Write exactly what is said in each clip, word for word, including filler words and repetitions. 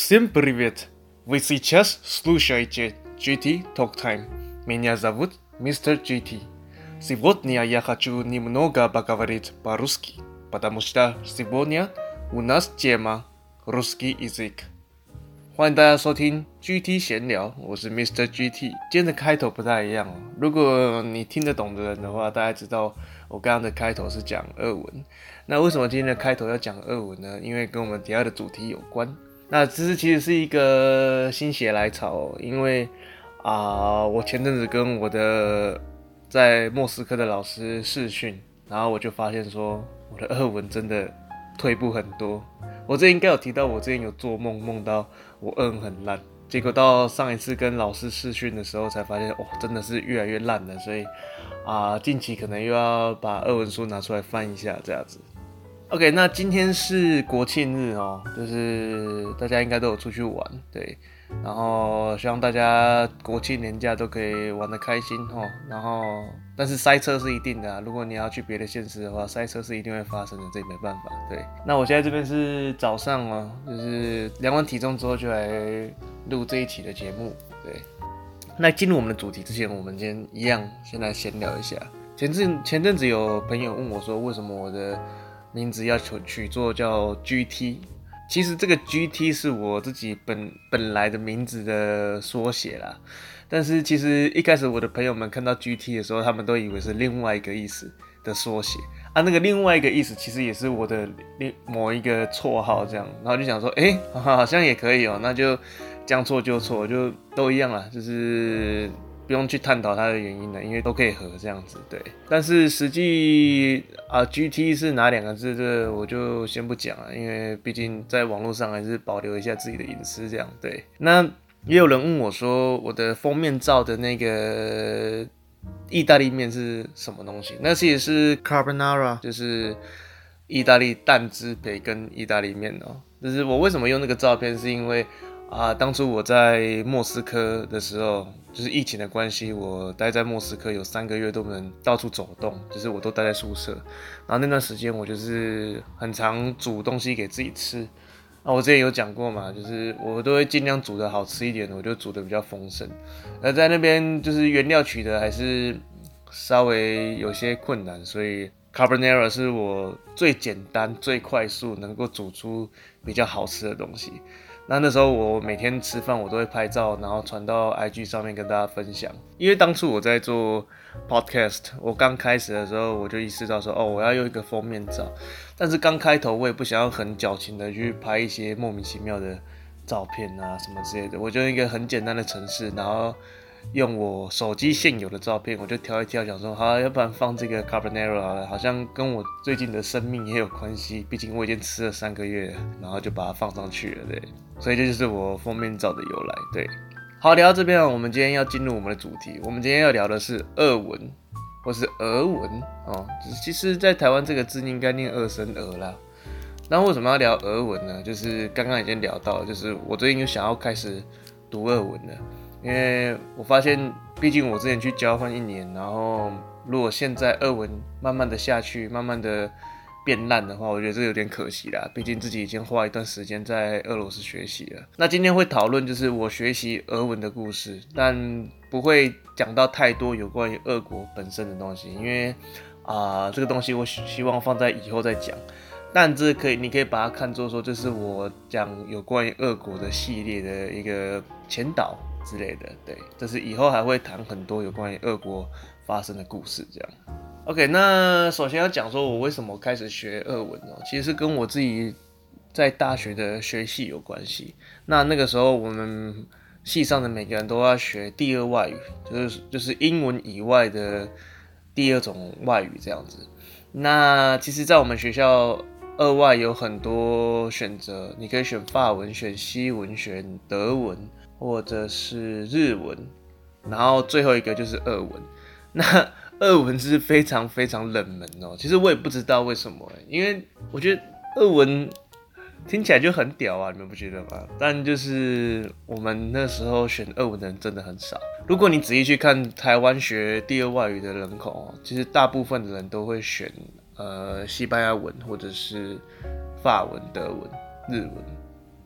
Всем привет! Вы сейчас слушаете джи ти Talk Time. Меня зовут мистер джи ти. Сегодня я хочу немного поговорить по-русски, потому что сегодня у нас тема русский язык.欢迎大家收听 G T 闲聊，我是 мистер джи ти。今天的开头不太一样哦，如果你听得懂的人的话，大家知道我刚刚的开头是讲俄文。那为什么今天的开头要讲俄文呢？因为跟我们等一下的主题有关。那这是其实是一个心血来潮哦，因为啊、呃，我前阵子跟我的在莫斯科的老师视讯，然后我就发现说我的俄文真的退步很多。我之前应该有提到，我之前有做梦梦到我俄文很烂，结果到上一次跟老师视讯的时候才发现，哦，真的是越来越烂了。所以啊、呃，近期可能又要把俄文书拿出来翻一下，这样子。OK， 那今天是国庆日哦，就是大家应该都有出去玩，对，然后希望大家国庆年假都可以玩得开心哦。然后，但是塞车是一定的啊，如果你要去别的县市的话，塞车是一定会发生的，这也没办法。对，那我现在这边是早上哦，就是量完体重之后就来录这一期的节目。对，那进入我们的主题之前，我们今天一样先来闲聊一下。前阵前阵子有朋友问我说，为什么我的名字要取作叫 G T， 其实这个 G T 是我自己本本来的名字的缩写啦。但是其实一开始我的朋友们看到 G T 的时候，他们都以为是另外一个意思的缩写啊。那个另外一个意思其实也是我的某一个绰号这样，然后就想说，哎、欸，好像也可以哦、喔，那就将错就错，就都一样啦，就是不用去探讨它的原因了，因为都可以合这样子，对。但是实际啊 ，G T 是哪两个字，这我就先不讲了，因为毕竟在网络上还是保留一下自己的隐私，这样对。那也有人问我说，我的封面照的那个意大利面是什么东西？那其实是 carbonara， 就是意大利蛋汁培根意大利面哦。就是我为什么用那个照片，是因为啊，当初我在莫斯科的时候，就是疫情的关系，我待在莫斯科有三个月都不能到处走动，就是我都待在宿舍。然后那段时间我就是很常煮东西给自己吃。啊，我之前有讲过嘛，就是我都会尽量煮的好吃一点，我就煮的比较丰盛。而在那边就是原料取得还是稍微有些困难，所以 carbonara 是我最简单、最快速能够煮出比较好吃的东西。那那时候我每天吃饭我都会拍照，然后传到 I G 上面跟大家分享。因为当初我在做 podcast， 我刚开始的时候我就意识到说，哦，我要用一个封面照。但是刚开头我也不想要很矫情的去拍一些莫名其妙的照片啊什么之类的，我就用一个很简单的程式，然后用我手机现有的照片，我就挑一挑，想说好，要不然放这个 carbonara 好了，好像跟我最近的生命也有关系，毕竟我已经吃了三个月了，然后就把它放上去了，对，所以这就是我封面照的由来，对。好，聊到这边，我们今天要进入我们的主题，我们今天要聊的是俄文或是俄文哦，其实在台湾这个字应该念二声俄啦。那为什么要聊俄文呢？就是刚刚已经聊到，就是我最近就想要开始读俄文了。因为我发现，毕竟我之前去交换一年，然后如果现在俄文慢慢的下去，慢慢的变烂的话，我觉得这有点可惜啦。毕竟自己已经花一段时间在俄罗斯学习了。那今天会讨论就是我学习俄文的故事，但不会讲到太多有关于俄国本身的东西，因为啊、呃，这个东西我希望放在以后再讲。但这可以，你可以把它看作说，这是我讲有关于俄国的系列的一个前导之类的，对，这是以后还会谈很多有关于俄国发生的故事，这样。OK， 那首先要讲说我为什么开始学俄文哦，其实是跟我自己在大学的学系有关系。那那个时候我们系上的每个人都要学第二外语，就是就是英文以外的第二种外语这样子。那其实，在我们学校二外有很多选择，你可以选法文、选西文、选德文，或者是日文，然后最后一个就是俄文。那俄文是非常非常冷门哦，其实我也不知道为什么，因为我觉得俄文听起来就很屌啊，你们不觉得吗？但就是我们那时候选俄文的人真的很少。如果你仔细去看台湾学第二外语的人口，其实大部分的人都会选呃西班牙文或者是法文、德文、日文。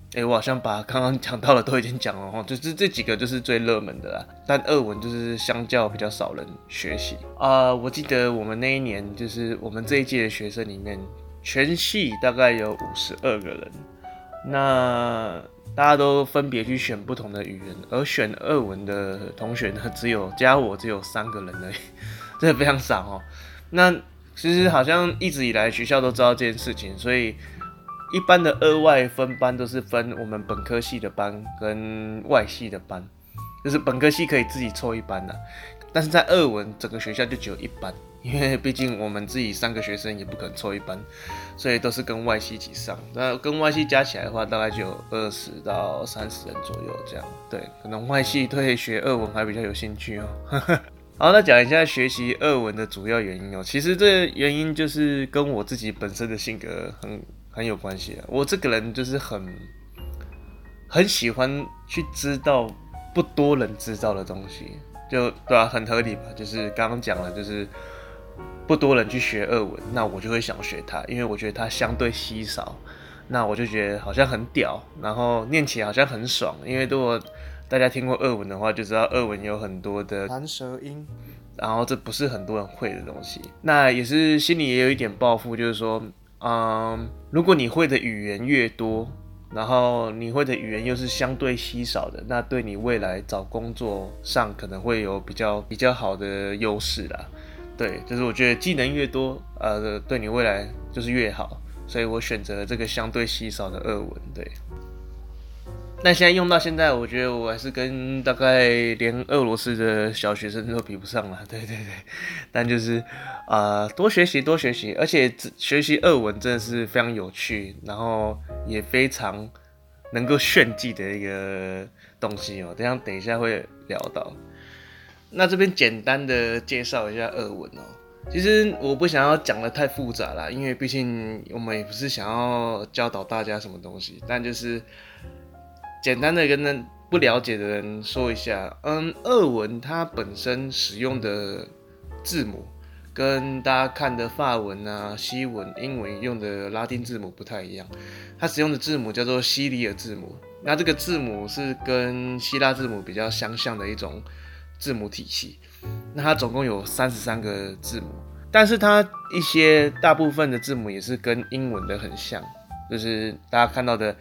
哎、欸，我好像把刚刚讲到的都已经讲了哈，就是这几个就是最热门的啦。但俄文就是相较比较少人学习啊、呃。我记得我们那一年就是我们这一届的学生里面，全系大概有五十二个人，那大家都分别去选不同的语言，而选俄文的同学呢，只有加我只有三个人而已，真的非常少哦。那其实好像一直以来学校都知道这件事情，所以一般的二外分班都是分我们本科系的班跟外系的班，就是本科系可以自己凑一班啦，但是在俄文整个学校就只有一班，因为毕竟我们自己三个学生也不可能凑一班，所以都是跟外系一起上。那跟外系加起来的话，大概就有二十到三十人左右这样。对，可能外系对学俄文还比较有兴趣哦。好，那讲一下学习俄文的主要原因哦。其实这原因就是跟我自己本身的性格很。很有关系啊！我这个人就是很很喜欢去知道不多人知道的东西，就对啊，很合理吧？就是刚刚讲了，就是不多人去学俄文，那我就会想学它，因为我觉得它相对稀少，那我就觉得好像很屌，然后念起来好像很爽。因为如果大家听过俄文的话，就知道俄文有很多的弹舌音，然后这不是很多人会的东西。那也是心里也有一点抱负，就是说。嗯，如果你会的语言越多，然后你会的语言又是相对稀少的，那对你未来找工作上可能会有比较比较好的优势啦。对，就是我觉得技能越多，呃，对你未来就是越好，所以我选择了这个相对稀少的俄文。对。但现在用到现在，我觉得我还是跟大概连俄罗斯的小学生都比不上了，对对对。但就是啊、呃，多学习多学习，而且学习俄文真的是非常有趣，然后也非常能够炫技的一个东西哦。这样等一下会聊到。那这边简单的介绍一下俄文哦。其实我不想要讲的太复杂啦，因为毕竟我们也不是想要教导大家什么东西，但就是简单的跟不了解的人说一下，嗯，俄文它本身使用的字母跟大家看的法文啊、西文、英文用的拉丁字母不太一样，它使用的字母叫做西里尔字母。那这个字母是跟希腊字母比较相像的一种字母体系。那它总共有三十三个字母，但是它一些大部分的字母也是跟英文的很像，就是大家看到的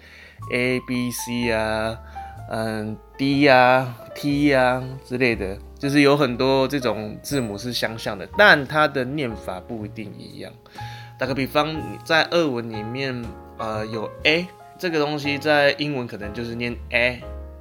A、B、C 啊，嗯 D 啊、T 啊之类的，就是有很多这种字母是相像的，但它的念法不一定一样。打个比方，在俄文里面，呃，有 A 这个东西，在英文可能就是念 A，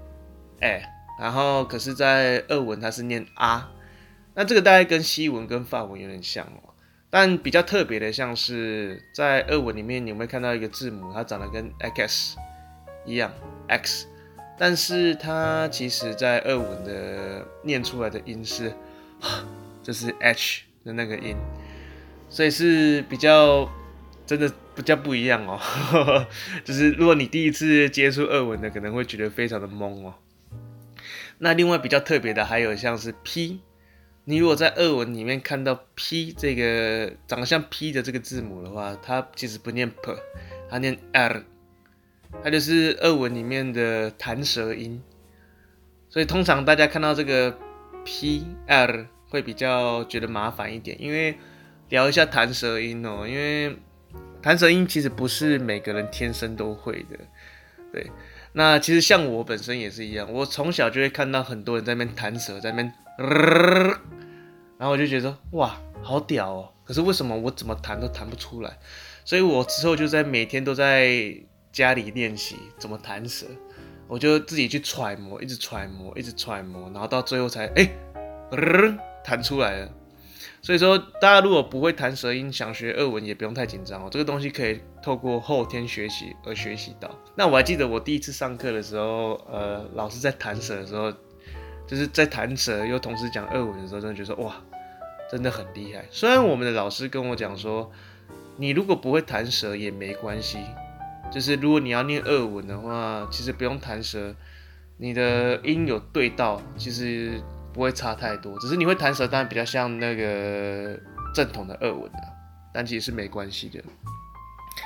A， 然后可是在俄文它是念 A。那这个大概跟西文跟法文有点像哦，但比较特别的像是在俄文里面，你有没有看到一个字母，它长得跟 X 一样 X， 但是它其实在俄文的念出来的音是就是 H 的那个音，所以是比较真的比较不一样哦。就是如果你第一次接触俄文的，可能会觉得非常的懵哦。那另外比较特别的还有像是 P。你如果在俄文里面看到 P 这个长得像 P 的这个字母的话，它其实不念 P， 它念 R， 它就是俄文里面的弹舌音。所以通常大家看到这个 P R 会比较觉得麻烦一点，因为聊一下弹舌音哦，因为弹舌音其实不是每个人天生都会的，对。那其实像我本身也是一样，我从小就会看到很多人在那边弹舌，在那边。然后我就觉得哇，好屌哦！可是为什么我怎么弹都弹不出来？所以我之后就在每天都在家里练习怎么弹舌，我就自己去揣摩，一直揣摩，一直揣摩，然后到最后才哎，弹出来了。所以说，大家如果不会弹舌音，想学俄文也不用太紧张哦。这个东西可以透过后天学习而学习到。那我还记得我第一次上课的时候，呃，老师在弹舌的时候。就是在弹舌又同时讲俄文的时候，真的觉得哇，真的很厉害。虽然我们的老师跟我讲说，你如果不会弹舌也没关系，就是如果你要念俄文的话，其实不用弹舌，你的音有对到，其实不会差太多。只是你会弹舌，当然比较像那个正统的俄文啊，但其实是没关系的。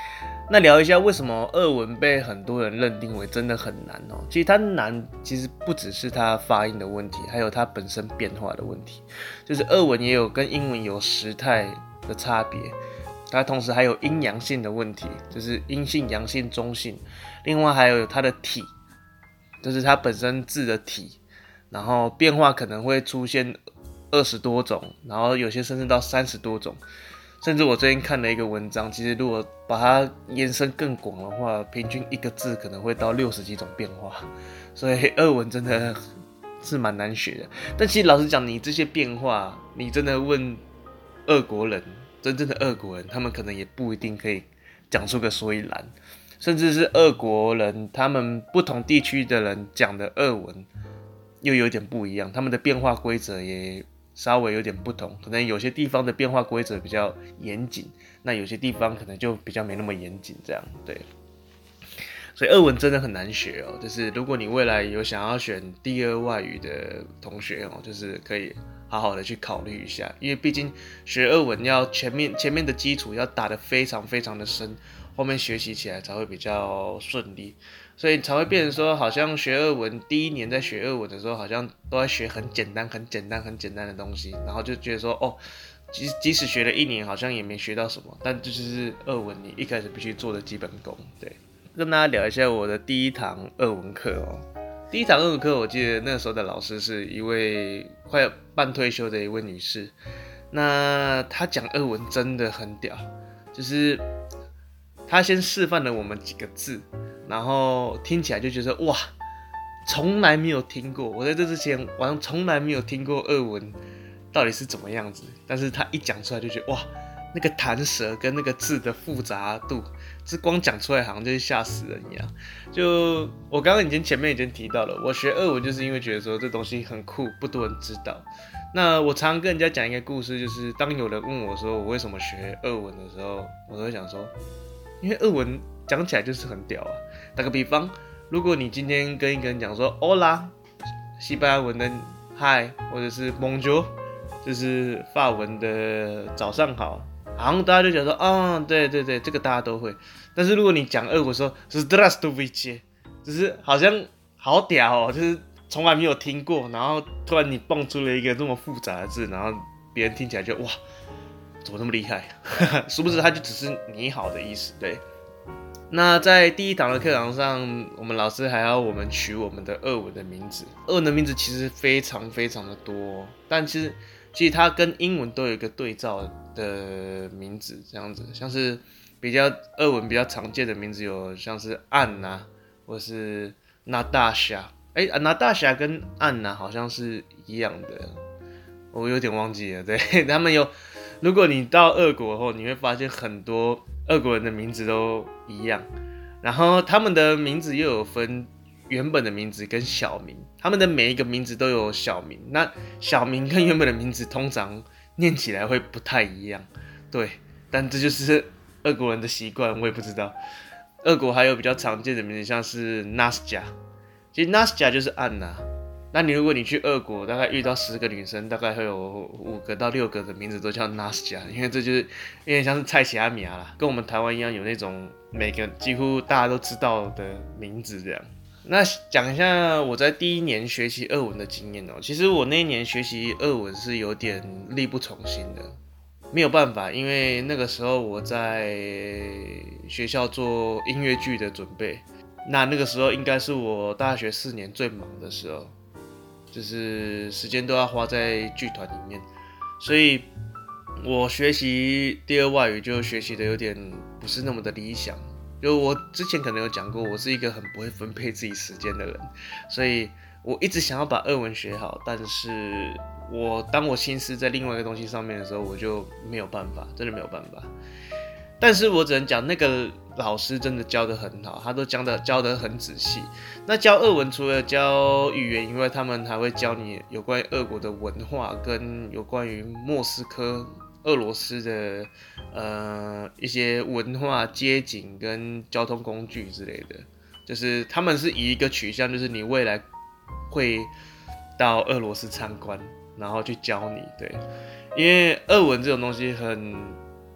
那聊一下为什么俄文被很多人认定为真的很难哦？其实它难，其实不只是它发音的问题，还有它本身变化的问题。就是俄文也有跟英文有时态的差别，它同时还有阴阳性的问题，就是阴性、阳性、中性。另外还有它的体，就是它本身字的体，然后变化可能会出现二十多种，然后有些甚至到三十多种。甚至我最近看了一个文章，其实如果把它延伸更广的话，平均一个字可能会到六十几种变化，所以俄文真的是蛮难学的。但其实老实讲，你这些变化，你真的问俄国人，真正的俄国人，他们可能也不一定可以讲出个所以然，甚至是俄国人，他们不同地区的人讲的俄文又有点不一样，他们的变化规则也稍微有点不同，可能有些地方的变化规则比较严谨，那有些地方可能就比较没那么严谨，这样对。所以俄文真的很难学哦，就是如果你未来有想要选第二外语的同学哦，就是可以好好的去考虑一下，因为毕竟学俄文要前面前面的基础要打得非常非常的深，后面学习起来才会比较顺利。所以才会变成说，好像学俄文第一年在学俄文的时候，好像都在学很简单、很简单、很简单的东西，然后就觉得说，哦，即即使学了一年，好像也没学到什么，但这就是俄文你一开始必须做的基本功。对，跟大家聊一下我的第一堂俄文课哦。第一堂俄文课，我记得那时候的老师是一位快半退休的一位女士，那她讲俄文真的很屌，就是她先示范了我们几个字。然后听起来就觉得哇，从来没有听过。我在这之前，我从来没有听过俄文到底是怎么样子。但是他一讲出来就觉得哇，那个弹舌跟那个字的复杂度，是光讲出来好像就是吓死人一样。就我刚刚已经前面已经提到了，我学俄文就是因为觉得说这东西很酷，不多人知道。那我常常跟人家讲一个故事，就是当有人问我说我为什么学俄文的时候，我都会想说，因为俄文讲起来就是很屌啊。打个比方，如果你今天跟一个人讲说 Hola， 西班牙文的 Hi， 或者是 Bonjour， 就是法文的早上好，好像大家就讲说，哦，对对对，这个大家都会。但是如果你讲俄文说 Здравствуйте， 就是好像好屌哦，就是从来没有听过，然后突然你蹦出了一个这么复杂的字，然后别人听起来就哇，怎么那么厉害？殊不知它就只是你好的意思，对。那在第一堂的课堂上，我们老师还要我们取我们的俄文的名字。俄文的名字其实非常非常的多，但其实其实它跟英文都有一个对照的名字，这样子，像是比较俄文比较常见的名字有像是安娜或是娜大夏。哎，娜大夏跟安娜好像是一样的，我有点忘记了。对，他们有。如果你到俄国后，你会发现很多俄国人的名字都一样，然后他们的名字又有分原本的名字跟小名，他们的每一个名字都有小名，那小名跟原本的名字通常念起来会不太一样，对，但这就是俄国人的习惯，我也不知道。俄国还有比较常见的名字，像是 Nastya， 其实 Nastya 就是安娜。那你如果你去俄国，大概遇到十个女生，大概会有五个到六个的名字都叫 Nastya， 因为这就是有点像是菜奇阿米亚啦，跟我们台湾一样有那种每个几乎大家都知道的名字这样。那讲一下我在第一年学习俄文的经验哦，其实我那一年学习俄文是有点力不从心的，没有办法，因为那个时候我在学校做音乐剧的准备，那那个时候应该是我大学四年最忙的时候。就是时间都要花在剧团里面，所以我学习第二外语就学习的有点不是那么的理想。就我之前可能有讲过，我是一个很不会分配自己时间的人，所以我一直想要把俄文学好，但是我当我心思在另外一个东西上面的时候，我就没有办法，真的没有办法。但是我只能讲，那个老师真的教得很好，他都教得教得很仔细。那教俄文除了教语言以外，他们还会教你有关于俄国的文化，跟有关于莫斯科、俄罗斯的呃一些文化、街景跟交通工具之类的。就是他们是以一个取向，就是你未来会到俄罗斯参观，然后去教你。对，因为俄文这种东西很。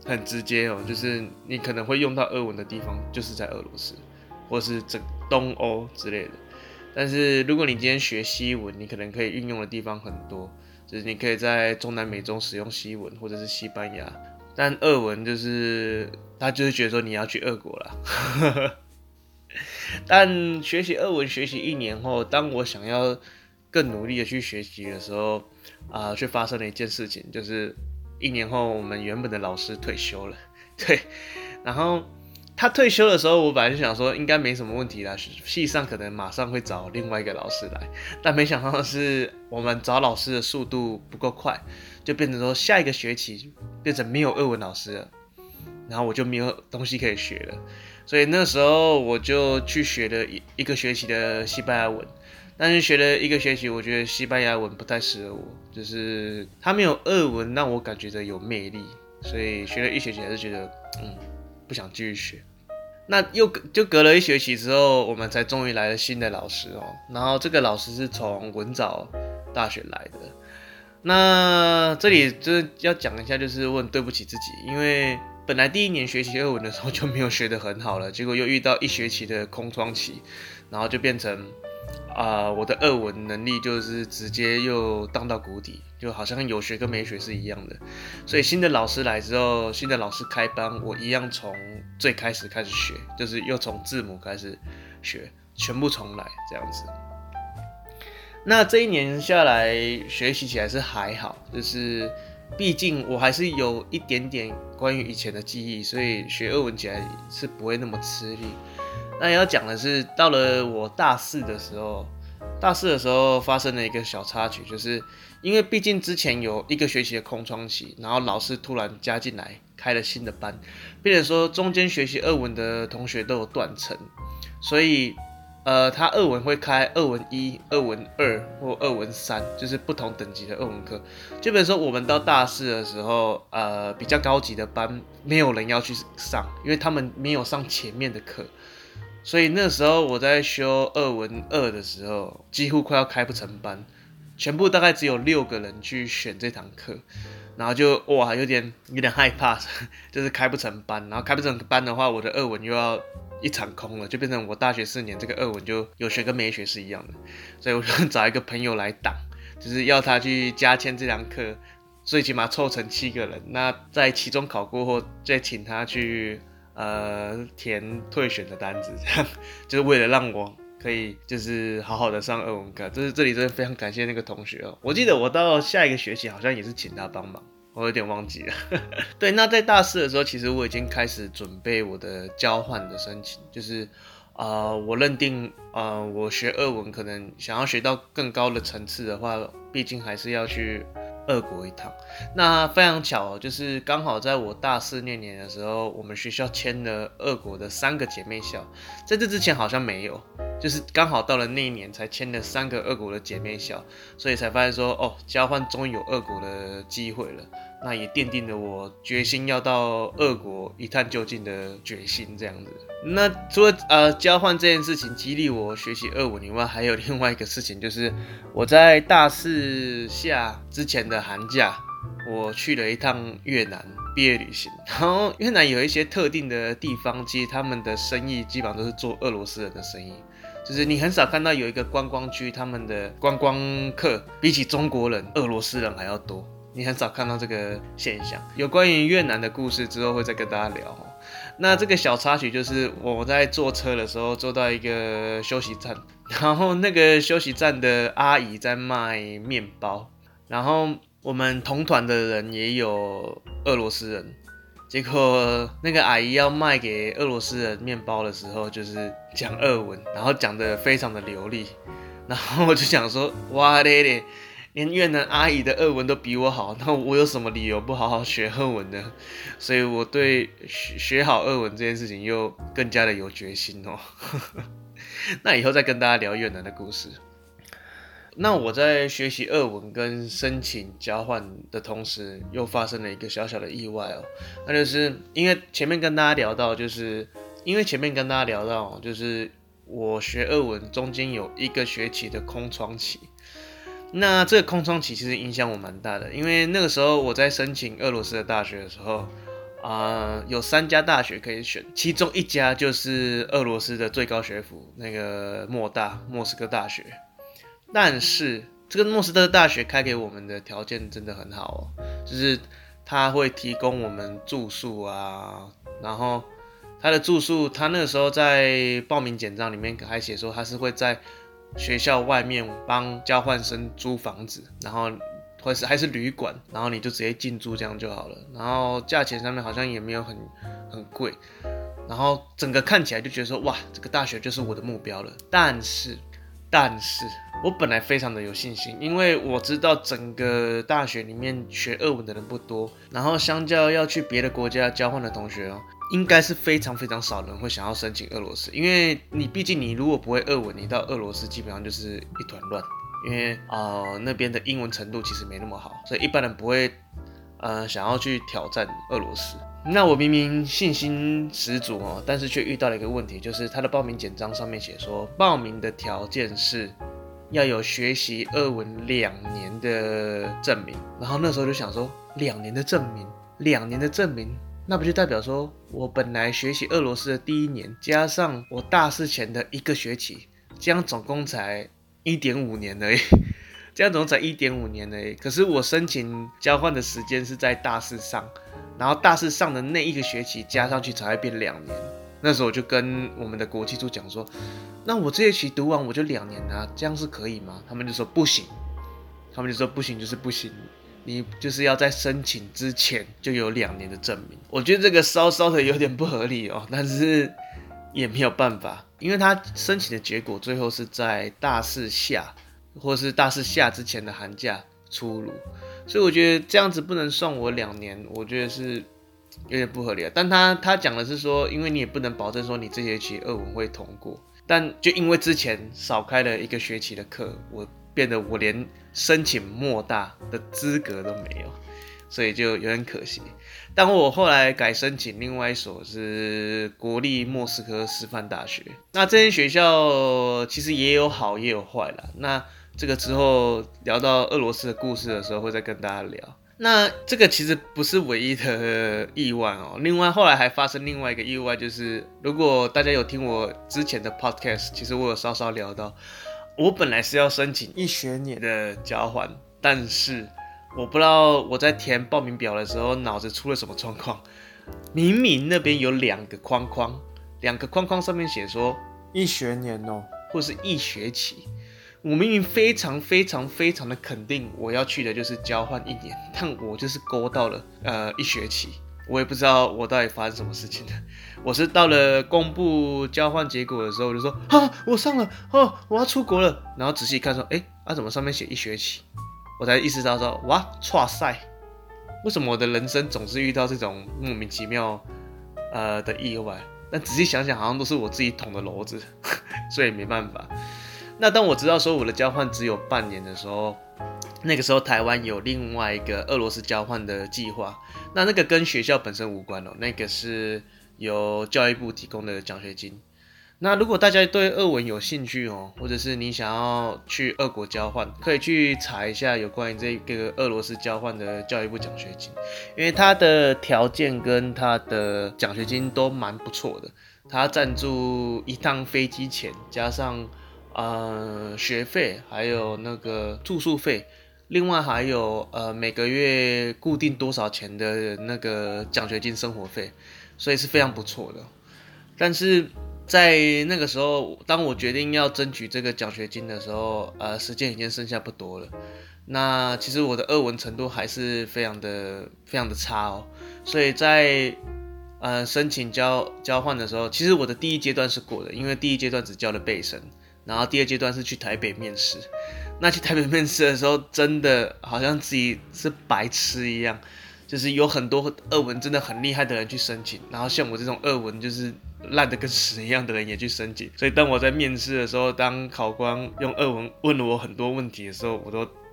很直接哦，就是你可能会用到俄文的地方，就是在俄罗斯，或是整东欧之类的。但是如果你今天学西文，你可能可以运用的地方很多，就是你可以在中南美洲使用西文，或者是西班牙。但俄文就是他就是觉得说你要去俄国啦。但学习俄文学习一年后，当我想要更努力的去学习的时候，啊、呃，却发生了一件事情，就是一年后我们原本的老师退休了。对，然后他退休的时候，我本来就想说应该没什么问题啦，系上可能马上会找另外一个老师来，但没想到的是我们找老师的速度不够快，就变成说下一个学期变成没有俄文老师了，然后我就没有东西可以学了，所以那时候我就去学了一个学期的西班牙文。但是学了一个学期，我觉得西班牙文不太适合我，就是它没有俄文让我感觉的有魅力，所以学了一学期还是觉得，嗯，不想继续学。那又就隔了一学期之后，我们才终于来了新的老师哦。然后这个老师是从文藻大学来的。那这里就是要讲一下，就是我很对不起自己，因为本来第一年学习俄文的时候就没有学得很好了，结果又遇到一学期的空窗期，然后就变成。啊、呃，我的俄文能力就是直接又荡到谷底，就好像有学跟没学是一样的。所以新的老师来之后，新的老师开班，我一样从最开始开始学，就是又从字母开始学，全部重来这样子。那这一年下来，学习起来是还好，就是毕竟我还是有一点点关于以前的记忆，所以学俄文起来是不会那么吃力。那要讲的是，到了我大四的时候，大四的时候发生了一个小插曲，就是因为毕竟之前有一个学期的空窗期，然后老师突然加进来，开了新的班，变成说中间学习俄文的同学都有断层，所以呃，他俄文会开俄文一、俄文二或俄文三，就是不同等级的俄文课。就比如说我们到大四的时候，呃，比较高级的班没有人要去上，因为他们没有上前面的课。所以那时候我在修俄文二的时候，几乎快要开不成班，全部大概只有六个人去选这堂课，然后就哇有点有点害怕，就是开不成班，然后开不成班的话，我的俄文又要一场空了，就变成我大学四年这个俄文就有学跟没学是一样的，所以我就找一个朋友来挡，就是要他去加签这堂课，最起码凑成七个人，那在期中考过后再请他去。呃，填退选的单子，这样就是为了让我可以就是好好的上俄文课。这是这里真的非常感谢那个同学哦。我记得我到下一个学期好像也是请他帮忙，我有点忘记了。对，那在大四的时候，其实我已经开始准备我的交换的申请，就是呃，我认定呃，我学俄文可能想要学到更高的层次的话，毕竟还是要去。俄国一趟，那非常巧哦，就是刚好在我大四那年的时候，我们学校签了俄国的三个姐妹校，在这之前好像没有，就是刚好到了那一年才签了三个俄国的姐妹校，所以才发现说，哦，交换终于有俄国的机会了，那也奠定了我决心要到俄国一探究竟的决心，这样子。那除了呃交换这件事情激励我学习俄文以外，还有另外一个事情，就是我在大四下之前的寒假，我去了一趟越南毕业旅行。然后越南有一些特定的地方，其实他们的生意基本上都是做俄罗斯人的生意，就是你很少看到有一个观光区，他们的观光客比起中国人、俄罗斯人还要多。你很少看到这个现象。有关于越南的故事之后会再跟大家聊。那这个小插曲就是我在坐车的时候坐到一个休息站，然后那个休息站的阿姨在卖面包，然后我们同团的人也有俄罗斯人，结果那个阿姨要卖给俄罗斯人面包的时候，就是讲俄文，然后讲得非常的流利，然后我就想说，哇咧咧。连越南阿姨的俄文都比我好，那我有什么理由不好好学俄文呢？所以我对学好俄文这件事情又更加的有决心哦。那以后再跟大家聊越南的故事。那我在学习俄文跟申请交换的同时，又发生了一个小小的意外哦。那就是因为前面跟大家聊到，就是因为前面跟大家聊到，就是我学俄文中间有一个学期的空窗期。那这个空窗期其实影响我蛮大的，因为那个时候我在申请俄罗斯的大学的时候， 呃，有三家大学可以选，其中一家就是俄罗斯的最高学府，那个莫大莫斯科大学。但是这个莫斯科大学开给我们的条件真的很好哦，就是他会提供我们住宿啊，然后他的住宿，他那个时候在报名简章里面还写说他是会在学校外面帮交换生租房子，然后或是还是旅馆，然后你就直接进驻这样就好了，然后价钱上面好像也没有很很贵，然后整个看起来就觉得说哇，这个大学就是我的目标了。但是，但是我本来非常的有信心，因为我知道整个大学里面学俄文的人不多，然后相较要去别的国家交换的同学哦，应该是非常非常少人会想要申请俄罗斯，因为你毕竟你如果不会俄文，你到俄罗斯基本上就是一团乱。因为呃那边的英文程度其实没那么好，所以一般人不会呃想要去挑战俄罗斯。那我明明信心十足哦，但是却遇到了一个问题，就是他的报名简章上面写说，报名的条件是要有学习俄文两年的证明。然后那时候就想说，两年的证明，两年的证明，那不就代表说我本来学习俄罗斯的第一年，加上我大四前的一个学期，这样总共才一点五年而已，这样总才一点五年而已。可是我申请交换的时间是在大四上，然后大四上的那一个学期加上去才会变两年。那时候我就跟我们的国际处讲说，那我这学期读完我就两年啊，这样是可以吗？他们就说不行，他们就说不行就是不行，你就是要在申请之前就有两年的证明。我觉得这个稍稍的有点不合理哦，但是也没有办法，因为他申请的结果最后是在大四下或是大四下之前的寒假出炉，所以我觉得这样子不能算我两年，我觉得是有点不合理。但他他讲的是说，因为你也不能保证说你这学期俄文会通过，但就因为之前少开了一个学期的课，我变得我连申请莫大的资格都没有，所以就有点可惜。但我后来改申请另外一所是国立莫斯科师范大学，那这间学校其实也有好也有坏啦。那这个之后聊到俄罗斯的故事的时候会再跟大家聊。那这个其实不是唯一的意外哦，另外后来还发生另外一个意外，就是如果大家有听我之前的 podcast， 其实我有稍稍聊到，我本来是要申请一学年的交换，但是我不知道我在填报名表的时候脑子出了什么状况，明明那边有两个框框，两个框框上面写说一学年哦，或是一学期。我明明非常非常非常的肯定我要去的就是交换一年，但我就是勾到了呃一学期，我也不知道我到底发生什么事情了。我是到了公布交换结果的时候，我就说啊，我上了哦，我要出国了。然后仔细看说，哎，啊怎么上面写一学期？我才意识到说，哇，剉赛，为什么我的人生总是遇到这种莫名其妙呃的意外？但仔细想想，好像都是我自己捅的篓子，所以没办法。那当我知道说我的交换只有半年的时候，那个时候台湾有另外一个俄罗斯交换的计划，那那个跟学校本身无关哦，那个是由教育部提供的奖学金。那如果大家对俄文有兴趣哦，或者是你想要去俄国交换，可以去查一下有关于这个俄罗斯交换的教育部奖学金，因为它的条件跟它的奖学金都蛮不错的，它赞助一趟飞机钱加上呃，学费还有那个住宿费，另外还有呃每个月固定多少钱的那个奖学金生活费，所以是非常不错的。但是在那个时候，当我决定要争取这个奖学金的时候，呃，时间已经剩下不多了。那其实我的俄文程度还是非常的非常的差哦，所以在呃申请交交换的时候，其实我的第一阶段是过的，因为第一阶段只交了备审。然后第二阶段是去台北面试，那去台北面试的时候，真的好像自己是白痴一样，就是有很多俄文真的很厉害的人去申请，然后像我这种俄文就是烂得跟屎一样的人也去申请。所以当我在面试的时候，当考官用俄文问了我很多问题的时候，我都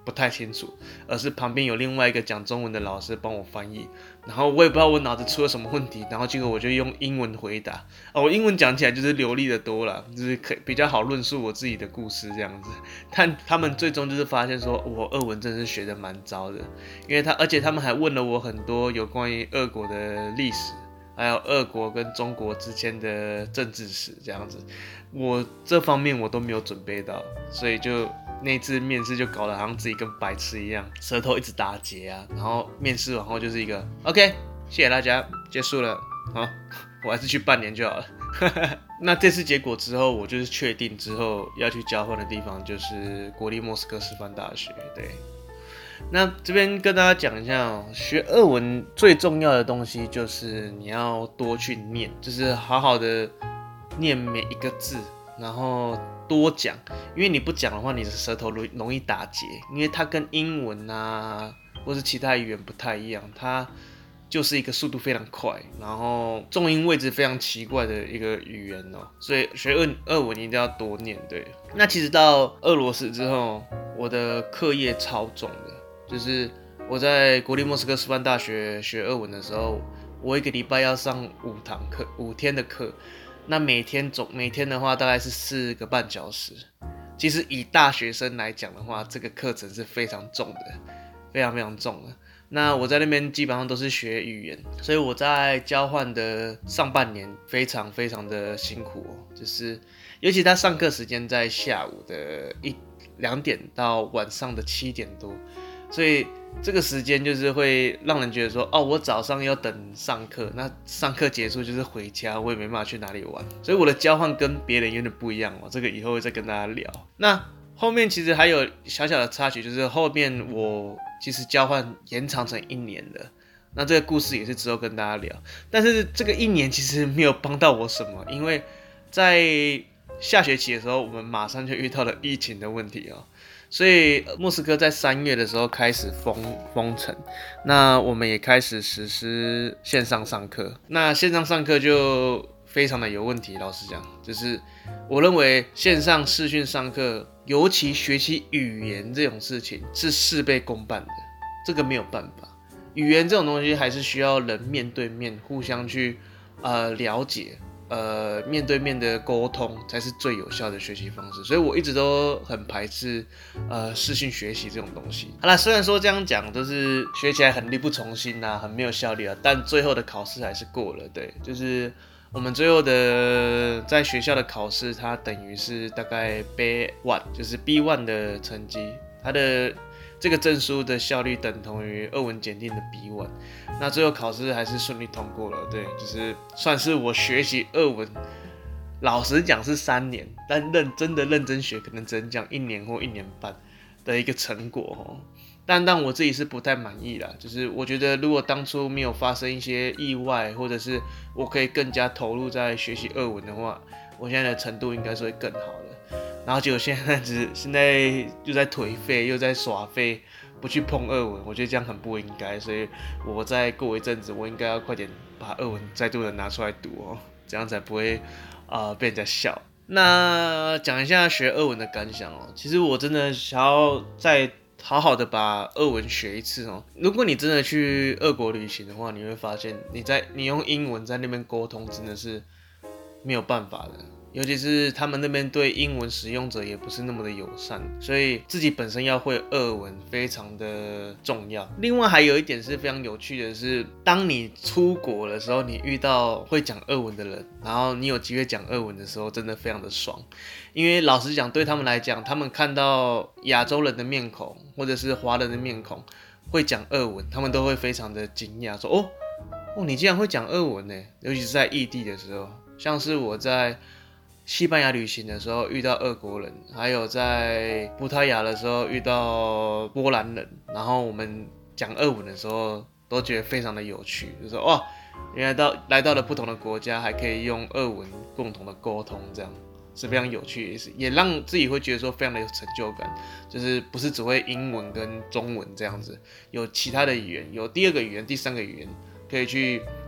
不太清楚，而是旁边有另外一个讲中文的老师帮我翻译，然后我也不知道我脑子出了什么问题，然后结果我就用英文回答，哦，我英文讲起来就是流利的多了，就是可比较好论述我自己的故事这样子。但他们最终就是发现说，我俄文真的是学的蛮糟的，因为他而且他们还问了我很多有关于俄国的历史。还有俄国跟中国之间的政治史这样子，我这方面我都没有准备到，所以就那次面试就搞得好像自己跟白痴一样，舌头一直打结啊。然后面试完后就是一个 OK， 谢谢大家，结束了，好，我还是去半年就好了。那这次结果之后，我就是确定之后要去交换的地方就是国立莫斯科师范大学，对。那这边跟大家讲一下哦，学俄文最重要的东西就是你要多去念，就是好好的念每一个字，然后多讲，因为你不讲的话，你的舌头容易打结，因为它跟英文啊或是其他语言不太一样，它就是一个速度非常快，然后重音位置非常奇怪的一个语言哦，所以学俄俄文一定要多念。对，那其实到俄罗斯之后，我的课业超重的。就是我在国立莫斯科师范大学学俄文的时候，我一个礼拜要上五堂课，五天的课，那每天总每天的话大概是四个半小时。其实以大学生来讲的话，这个课程是非常重的，非常非常重的。那我在那边基本上都是学语言，所以我在交换的上半年非常非常的辛苦哦，就是尤其他上课时间在下午的一两点到晚上的七点多。所以这个时间就是会让人觉得说，哦，我早上要等上课，那上课结束就是回家，我也没办法去哪里玩。所以我的交换跟别人有点不一样哦，这个以后会再跟大家聊。那后面其实还有小小的插曲，就是后面我其实交换延长成一年了。那这个故事也是之后跟大家聊，但是这个一年其实没有帮到我什么，因为在下学期的时候，我们马上就遇到了疫情的问题哦。所以莫斯科在三月的时候开始封封城，那我们也开始实施线上上课。那线上上课就非常的有问题，老实讲，就是我认为线上视讯上课，尤其学习语言这种事情是事倍功半的，这个没有办法。语言这种东西还是需要人面对面互相去呃了解。呃，面对面的沟通才是最有效的学习方式，所以我一直都很排斥呃视讯学习这种东西。好啦，虽然说这样讲都是学起来很力不从心啊，很没有效率啊，但最后的考试还是过了。对，就是我们最后的在学校的考试，它等于是大概 B 一， 就是 B 一 的成绩，它的这个证书的效率等同于俄文检定的 B 一， 那最后考试还是顺利通过了。对，就是算是我学习俄文，老实讲是三年，但认真的认真学，可能只能讲一年或一年半的一个成果哦。但但我自己是不太满意啦，就是我觉得如果当初没有发生一些意外，或者是我可以更加投入在学习俄文的话，我现在的程度应该是会更好的。然后结果现在只现在又在颓废，又在耍废，不去碰俄文，我觉得这样很不应该。所以我再过一阵子，我应该要快点把俄文再度的拿出来读哦，这样才不会啊、呃、被人家笑。那讲一下学俄文的感想哦，其实我真的想要再好好的把俄文学一次哦。如果你真的去俄国旅行的话，你会发现你在你用英文在那边沟通真的是没有办法的。尤其是他们那边对英文使用者也不是那么的友善，所以自己本身要会俄文非常的重要。另外还有一点是非常有趣的是，当你出国的时候，你遇到会讲俄文的人，然后你有机会讲俄文的时候，真的非常的爽。因为老实讲，对他们来讲，他们看到亚洲人的面孔或者是华人的面孔会讲俄文，他们都会非常的惊讶，说哦哦，你竟然会讲俄文呢？尤其是在异地的时候，像是我在西班牙旅行的时候遇到俄国人，还有在葡萄牙的时候遇到波兰人，然后我们讲俄文的时候都觉得非常的有趣，就说哇，原来到来到了不同的国家还可以用俄文共同的沟通，这样是非常有趣的意思，也让自己会觉得说非常的有成就感，就是不是只会英文跟中文这样子，有其他的语言，有第二个语言、第三个语言可以去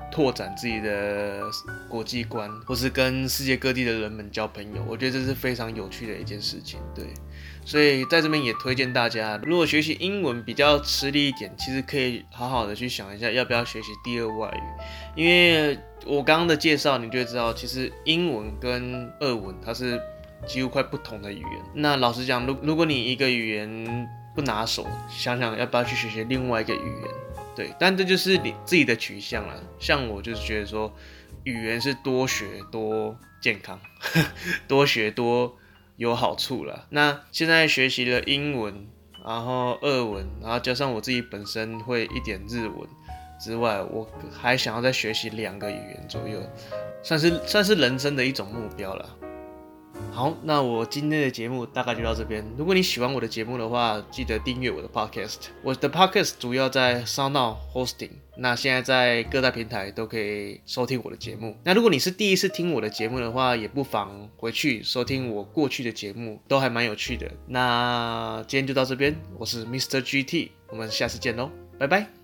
拓展自己的国际观，或是跟世界各地的人们交朋友。我觉得这是非常有趣的一件事情，对。所以在这边也推荐大家，如果学习英文比较吃力一点，其实可以好好的去想一下，要不要学习第二外语。因为我刚刚的介绍，你就会知道，其实英文跟俄文它是几乎快不同的语言。那老实讲，如如果你一个语言不拿手，想想要不要去学习另外一个语言，对。但这就是你自己的取向啦。像我就是觉得说，语言是多学多健康，多学多有好处啦。那现在学习了英文，然后俄文，然后加上我自己本身会一点日文之外，我还想要再学习两个语言左右，算是算是人生的一种目标啦。好，那我今天的节目大概就到这边。如果你喜欢我的节目的话，记得订阅我的 podcast。我的 podcast 主要在 SoundOn hosting， 那现在在各大平台都可以收听我的节目。那如果你是第一次听我的节目的话，也不妨回去收听我过去的节目，都还蛮有趣的。那今天就到这边，我是 Mister G T， 我们下次见喽，拜拜。